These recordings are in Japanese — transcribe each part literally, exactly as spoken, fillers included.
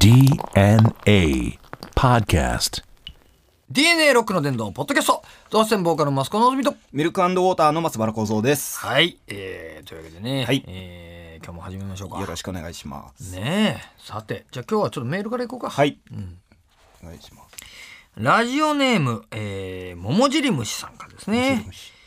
ディーエヌエー Podcast ディーエヌエー ロックの伝道ポッドキャスト、当選ボーカルのマスコのぞみとミルク&ウォーターの松原幸三です。 はい、えー、というわけでね、 はいえー、今日も始めましょうか。 よろしくお願いします。 ねえ、さてじゃあ今日はちょっとメールからいこうか。 はい、 うん、 お願いします。 ラジオネーム、えー、桃尻虫さんからですね。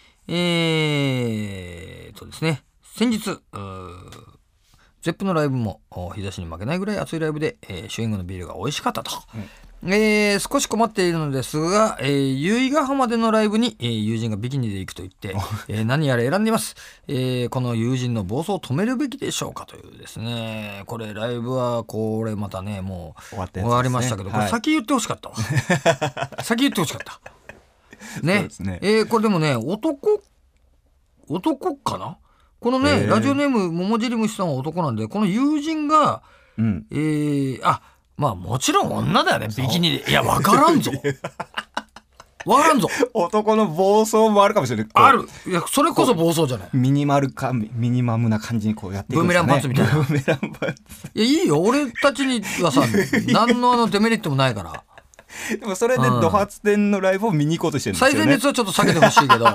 えーとですね、先日うーゼップのライブも日差しに負けないぐらい暑いライブで、えー、主演後のビールが美味しかったと、うんえー、少し困っているのですが、えー、由比ヶ浜でのライブに、えー、友人がビキニで行くと言って、えー、何やら選んでいます、えー、この友人の暴走を止めるべきでしょうかというですね。これライブはこれまたねもう終わったやつですね。終わりましたけど、これ先言ってほしかったわ、はい、先言ってほしかったね。そうですね。えー、これでもね男男かなこのね、えー、ラジオネーム桃尻虫さんは男なんで、この友人が、うんえー、あまあもちろん女だよね、ビキニで。いや分からんぞ分からんぞ。 男の暴走もあるかもしれない。 ある。いやそれこそ暴走じゃない。 ミニマルかミニマムな感じにこうやっていくんですかね。 ブーメランパンツみたいな。ブーメランパンツ。いやいいよ、俺たちにはさ何のあのデメリットもないから。 でもそれでド発展のライブを見に行こうとしてるんですよね。 最前列はちょっと避けてほしいけど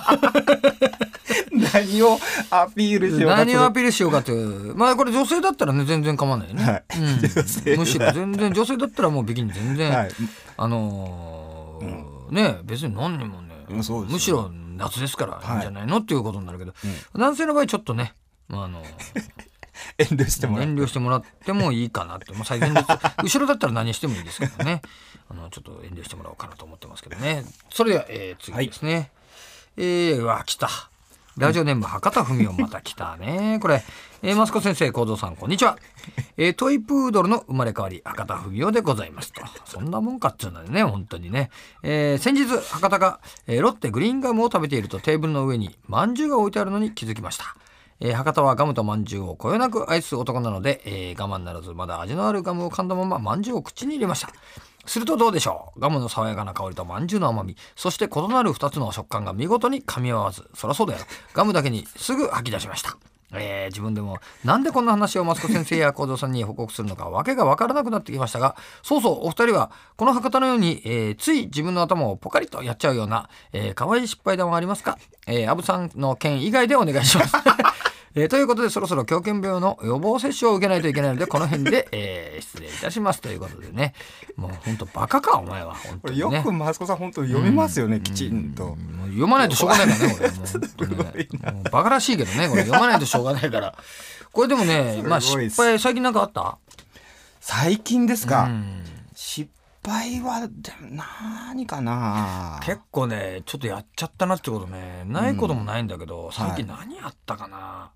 何をアピールしようか何をアピールしようかという。まあこれ女性だったらね全然構わないよね、はいうん、むしろ全然女性だったらもうビキニ全然、はい、あのーうん、ね別に何にもね、うん、そうですよね、むしろ夏ですからいいんじゃないの、はい、っていうことになるけど、うん、男性の場合ちょっとね、まああのー遠慮してもらって遠慮してもらってもいいかなって、まあ、最前列後ろだったら何してもいいですけどねあのちょっと遠慮してもらおうかなと思ってますけどね。それでは、えー、次ですね、はい、えー、わ来たラジオネーム博多文雄、また来たねこれ、えー、マスコ先生幸三さんこんにちは、えー、トイプードルの生まれ変わり博多文雄でございますと。そんなもんかっつうのでね本当にね、えー、先日博多が、えー、ロッテグリーンガムを食べているとテーブルの上にまんじゅうが置いてあるのに気づきました。えー、博多はガムとまんじゅうをこよなく愛す男なので、えー、我慢ならずまだ味のあるガムを噛んだまままんじゅうを口に入れました。するとどうでしょう。ガムの爽やかな香りとまんじゅうの甘み、そして異なるふたつの食感が見事に噛み合わず、そりゃそうだよ、ガムだけにすぐ吐き出しました。えー、自分でもなんでこんな話をマスコ先生や幸三さんに報告するのかわけが分からなくなってきましたが、そうそうお二人はこの博多のように、えー、つい自分の頭をポカリとやっちゃうような、えー、可愛い失敗談はありますか。えー、アブさんの件以外でお願いしますえー、ということでそろそろ狂犬病の予防接種を受けないといけないのでこの辺で、えー、失礼いたしますということでね。もう本当バカかお前は本当に、ね、 よくマスコさん本当読みますよね、うん、きちんと。 もう読まないとしょうがないからねこれもう本当にねもうバカらしいけどねこれ読まないとしょうがないからこれでもねまあ失敗最近なんかあった？ 最近ですか、うん、失敗はでも何かな。 結構ねちょっとやっちゃったなってことねないこともないんだけど、うん、最近何あったかな、はい、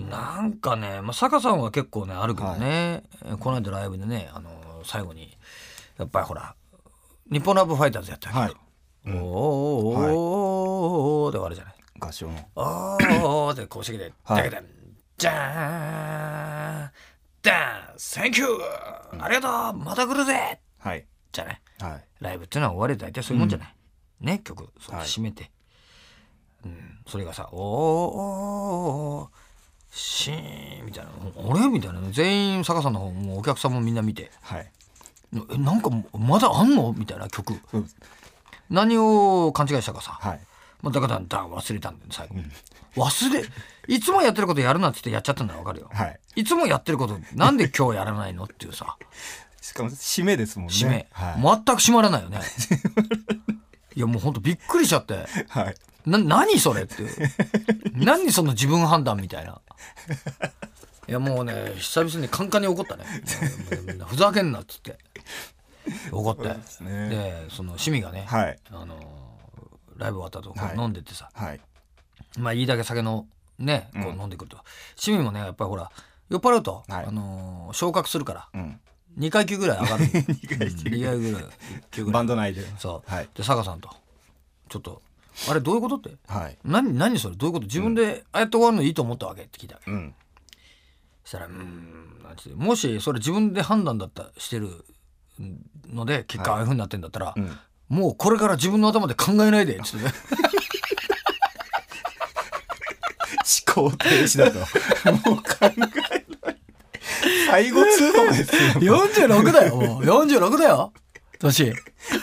なんかね、まあ、坂さんは結構ねあるけどね、はい、この間ライブでねあの最後にやっぱりほら日本ラブファイターズやったわけよ、はいうん、おーおーおーおーで終わるじゃない合唱のおーおーで公式でだけでじゃーんダンセンキューありがとうまた来るぜ、はい、じゃない、はい、ライブっていうのは終わりで大体そういうもんじゃない、うん、ね曲そう締めて、はいうん、それがさおーおーおーシーンみたいなあれみたいな全員坂さんの方もうお客さんもみんな見て、はい、えなんかまだあんのみたいな曲何を勘違いしたかさ、はいまあ、だからだ忘れたんだよ最後、うん、忘れいつもやってることやるなって言ってやっちゃったんだら分かるよ、はい、いつもやってることなんで今日やらないのっていうさしかも締めですもんね。 締め、はい、全く締まらないよねいやもうほんとびっくりしちゃって、はい、な何それっていう何その自分判断みたいないやもうね久々にカンカンに怒ったねふざけんなっつって怒って そ, で、ね、でそのシミがね、はい、あのライブ終わった後飲んでてさ、はい、まあいいだけ酒のねこう飲んでくると、うん、シミもねやっぱりほら酔っ払うと、はいあのー、昇格するから、うん、にかい級ぐらい上がるにかい級ぐらい、うん、にかい級ぐらいバンド内でそう、はい、で坂さんとちょっとあれどういうことって、はい、何, 何それどういうこと自分でああやって終わるのいいと思ったわけって聞いたわけ、うん、そしたらうーんなんてもしそれ自分で判断だったしてるので結果ああいう風になってんだったら、はいうん、もうこれから自分の頭で考えないでっつってね思考停止だともう考えない最後通告ですよ。 よんじゅうろくだよもうよんじゅうろくだよ年。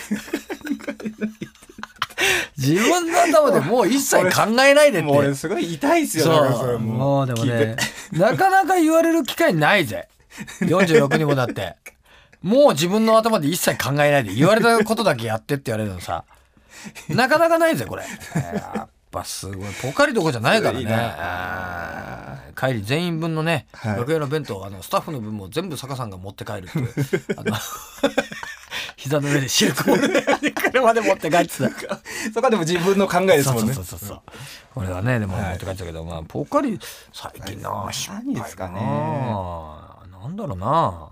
自分の頭でもう一切考えないでって。 もう俺すごい痛いですよ。 そうだからそれもうもうでもねなかなか言われる機会ないぜよんじゅうろくにもだってもう自分の頭で一切考えないで言われたことだけやってって言われるのさなかなかないぜこれ。やっぱすごいポカリどころじゃないからね。あ帰り全員分のね、はい、楽屋の弁当あのスタッフの分も全部坂さんが持って帰るっていうあの膝の上でシルクボールで車で持って帰ってたそこはでも自分の考えですもんね。 そうそうそうそう、これはねでも持って帰ってたけど、はい、まあポカリ最近な何ですかね。 なんだろうな。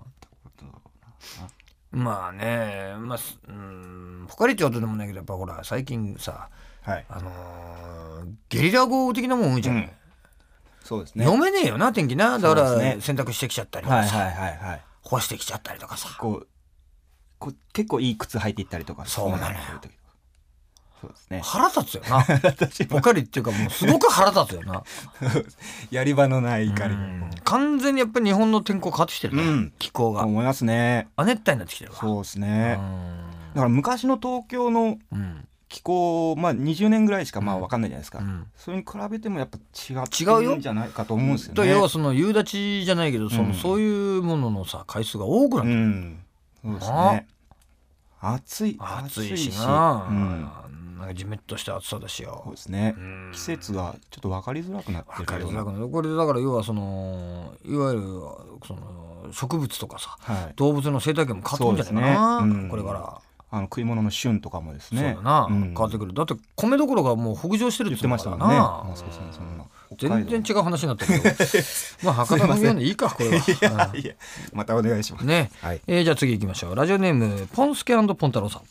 まあね、まあ、うん、ポカリってことでもないけどやっぱほら最近さ、はい、あのー、ゲリラ豪雨的なもん多いじゃん、うん、 そうですね。 読めねえよな天気な。だから洗濯してきちゃったりとかさ、 はいはいはいはい、干してきちゃったりとかさ、 こうこう結構いい靴履いていったりとか。 そうなのよ。 そうですね。 腹立つよなポカリっていうかもうすごく腹立つよなやり場のない怒り。 完全にやっぱり日本の天候変わってきてるね、うん、気候が。 思いますね。 亜熱帯になってきてるわ。 そうですね。だから昔の東京の気候、まあにじゅうねんぐらいしかまあ分かんないじゃないですか、うん、それに比べてもやっぱ違うんじゃないかと思うんですよね。 要はその夕立ちじゃないけどその、うん、そういうもののさ回数が多くなってる、うん、 そうですね。暑い暑いしな、うん、なんかジメッとした暑さだしよ。 そうですね、うん、季節がちょっと分かりづらくなってる。分かりづらくなる。 これだから要はそのいわゆるその植物とかさ、はい、動物の生態系も変わってくるんじゃないかな、ね、うん、これからあの食い物の旬とかもですね。 そうだな、うん、変わってくる。だって米どころがもう北上してるって言ってましたからな。全然違う話になったけどまあ博多のようにいいかこれは。いやいやまたお願いしますね、はい。えー、じゃあ次行きましょう。ラジオネームポンスケ&ポン太郎さん。はい、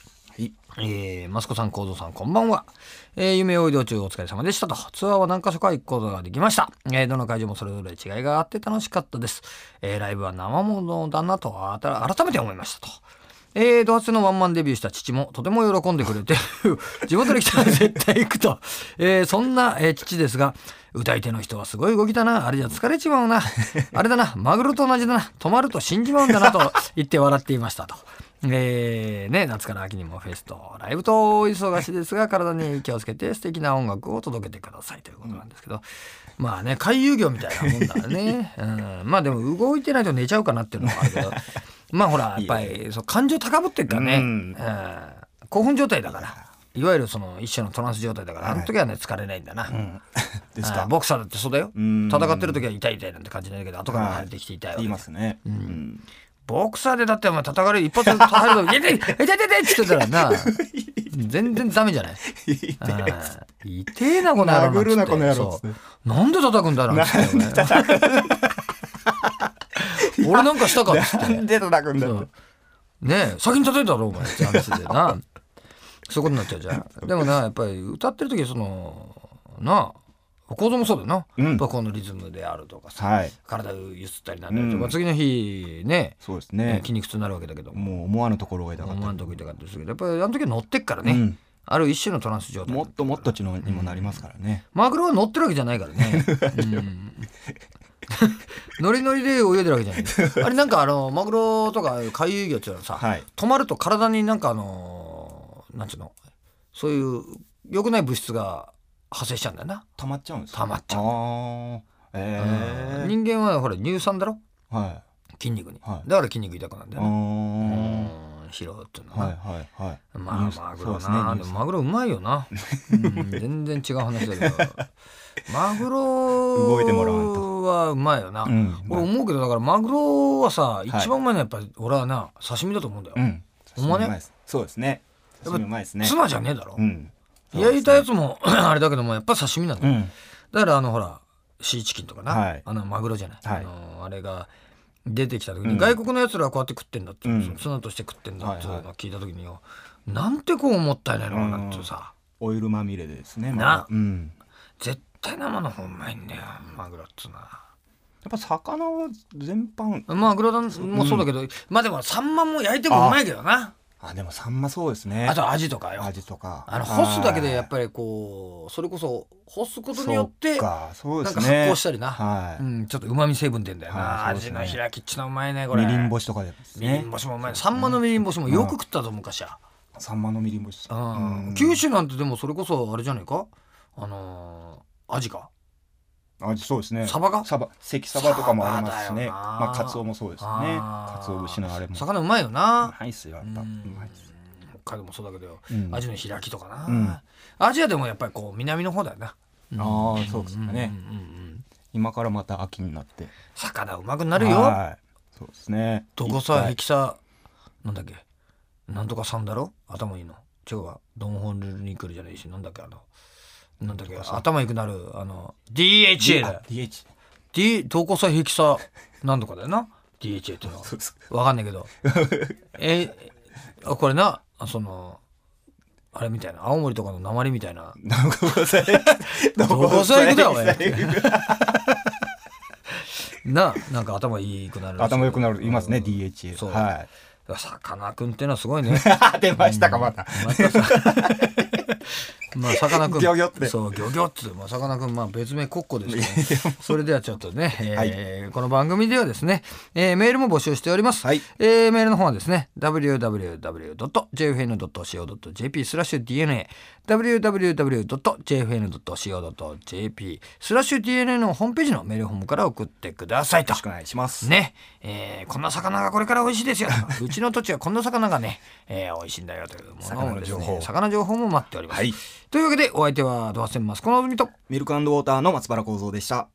えー、マスコさん幸三さんこんばんは。えー、夢追い道中お疲れ様でしたと。ツアーは何カ所か行くことができました。えー、どの会場もそれぞれ違いがあって楽しかったです。えー、ライブは生ものだなと改めて思いましたと。えー、ドハツのワンマンデビューした父もとても喜んでくれて地元に来たら絶対行くと、えー、そんな、えー、父ですが歌い手の人はすごい動きだな、あれじゃ疲れちまうな、あれだなマグロと同じだな、止まると死んじまうんだなと言って笑っていましたと。えーね、夏から秋にもフェスとライブと忙しいですが体に気をつけて素敵な音楽を届けてくださいということなんですけど、まあね回遊魚みたいなもんだね、うん、まあでも動いてないと寝ちゃうかなっていうのもあるけどまあほらやっぱりそう感情高ぶってるからね、うん、興奮状態だからいわゆるその一種のトランス状態だから、はい、あの時はね疲れないんだな、うん、ですか。ボクサーだってそうだよ。戦ってる時は痛い痛いなんて感じないけど後から入ってきて痛いわけ、 言いますね、うんうん、 ボクサーでだってお前叩かれる一発で入ると「痛い痛い痛い痛い!」って言ってたらな全然ダメじゃない。痛えなこの野郎殴るなこの野郎。 なんで叩くんだろう。俺なんかしたかっつって。 なんで叩くんだろう。 ねえ先に叩いたろお前って話でな。そういうことになっちゃうじゃん。でもなやっぱり歌ってる時そのなあ構造もそうだよな、うん、やっぱこのリズムであるとかさ、はい、体をゆすったりなんだりとか、うん、次の日ね、 そうですね、 筋肉痛になるわけだけどもう思わぬところが痛かった思わぬところが痛かったですけどやっぱりあの時は乗ってっからね、うん、ある一種のトランス状態もっともっと知能にもなりますからね、 うん、マグロは乗ってるわけじゃないからね、うん、ノリノリで泳いでるわけじゃないあれなんかあのマグロとか回遊魚っていうのはさ、はい、止まると体になんかあのなんちゅうのそういう良くない物質が発生しちゃうんだよな。 溜まっちゃうんですか。 溜まっちゃう。 あ、えー、 人間はほら乳酸だろ、 はい、 筋肉に、はい、だから筋肉痛くなるんだよね。疲労っていうのは、はいはいはい、まあマグロな、ね、でもマグロうまいよな、うん、全然違う話だけどマグロ動いてもらわんとはうまいよな、うん、俺思うけどだからマグロはさ一番うまいのはやっぱり俺はな刺身だと思うんだよ、うん、 刺身うまいです。そうですね、刺身うまいですね。 ツナじゃねえだろ、うん、焼いたやつもあれだけどもやっぱ刺身なんだよ、うん、だからあのほらシーチキンとかな、はい、あのマグロじゃない、はい、あのあれが出てきた時に、うん、外国のやつらはこうやって食ってんだって、うん、ツナとして食ってんだっていうのを聞いた時によ、なんてこうもったいないのかなってさ、 オイルまみれでですね、 まな、うん、絶対生の方うまいんだよマグロっつうのは。 やっぱ魚は全般マグロもそうだけど、うん、まあでもサンマも焼いてもうまいけどな、 あでもサンマそうですね。 あとアジとかよ。 アジとかあの干すだけでやっぱりこうそれこそ干すことによってかそうです、ね、 なんか発酵したりな、 はい、 うん、ちょっと旨味成分出んだよな、 はい、 アジの開きっちのうまいねこれ。 みりん干しとかですね。 みりん干しもうまい。サンマのみりん干しもよく食ったぞ昔は。 サンマのみりん干し、 うん、九州なんてでもそれこそあれじゃないか、あのー、アジかあそうですね。 サバがサバ関サバとかもありますしね。まあカツオもそうですね。カツオ節のあれも魚うまいよな。 うまいっすよやっぱ。うまいっす。 北海道もそうだけど、 うん、 アジの開きとかな、 うん、 アジアでもやっぱりこう南の方だよな、 うん、ああそうですかね、うんうんうん、今からまた秋になって魚うまくなるよ。 はいそうですね。 どこさヘキサなんだっけなんとかさんだろ頭いいの違うわドンホンルニクルじゃないしなんだっけあのなんだっけ頭いくなるあの ディーエイチエー だよ。 ディーエイチエー D どこさヘキサなんとかだよなディーエイチエー っていうのはわかんないけどえー、これなそのあれみたいな青森とかの鉛みたいなどこさ行くだおいななんか頭いいくなる頭良くなる言いますね ディーエイチエー。 そう、 はい、 さかなクンってのはすごいね出ましたかまた、 うん、またさまあさかなクンギョギョってそうギョギョってまあさかなクンまあ別名コッコですけどそれではちょっとね、えーはい、この番組ではですね、えー、メールも募集しております、はいえー、メールの方はですね ダブリューダブリューダブリュードットジェイエフエヌドットシーオードットジェーピー スラッシュ ディーエヌエー ダブリューダブリューダブリュードットジェイエフエヌドットシーオードットジェーピー スラッシュ ディーエヌエー のホームページのメールフォームから送ってくださいと。 よろしくお願いしますね、えー、こんな魚がこれから美味しいですようちの土地はこんな魚がね、えー、美味しいんだよというものをですね魚情報も待っております、はい、というわけでお相手はドハセンマスコのぞみとミルク&ウォーターの松原幸三でした。